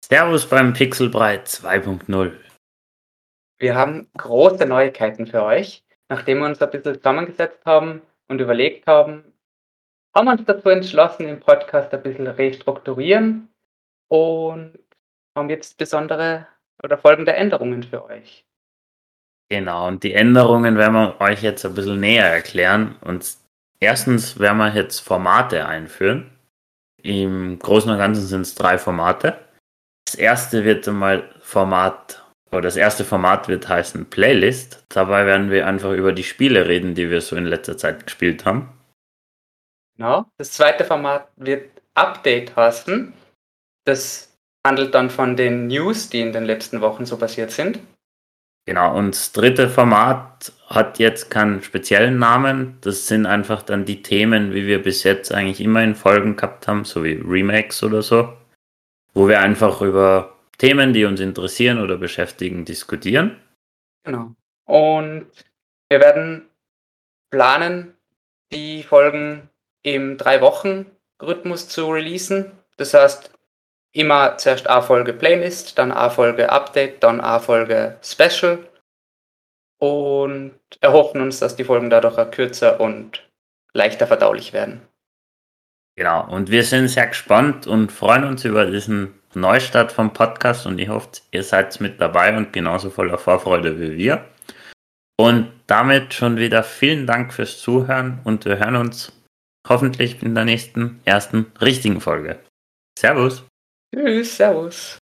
Servus beim Pixelbrei 2.0. Wir haben große Neuigkeiten für euch. Nachdem wir uns ein bisschen zusammengesetzt haben und überlegt haben, haben wir uns dazu entschlossen, den Podcast ein bisschen restrukturieren und haben jetzt besondere oder folgende Änderungen für euch. Genau, und die Änderungen werden wir euch jetzt ein bisschen näher erklären. Und erstens werden wir jetzt Formate einführen. Im Großen und Ganzen sind es 3 Formate. Das erste wird einmal das erste Format wird heißen Playlist. Dabei werden wir einfach über die Spiele reden, die wir so in letzter Zeit gespielt haben. Genau. Das zweite Format wird Update heißen. Das handelt dann von den News, die in den letzten Wochen so passiert sind. Genau, und das dritte Format hat jetzt keinen speziellen Namen. Das sind einfach dann die Themen, wie wir bis jetzt eigentlich immer in Folgen gehabt haben, so wie Remakes oder so, wo wir einfach über Themen, die uns interessieren oder beschäftigen, diskutieren. Genau. Und wir werden planen, die Folgen im 3-Wochen-Rhythmus zu releasen. Das heißt, immer zuerst A-Folge Playlist, dann A-Folge Update, dann A-Folge Special und erhoffen uns, dass die Folgen dadurch auch kürzer und leichter verdaulich werden. Genau, und wir sind sehr gespannt und freuen uns über diesen Neustart vom Podcast und ich hoffe, ihr seid mit dabei und genauso voller Vorfreude wie wir. Und damit schon wieder vielen Dank fürs Zuhören und wir hören uns hoffentlich in der nächsten ersten richtigen Folge. Servus! Tschüss, Servus!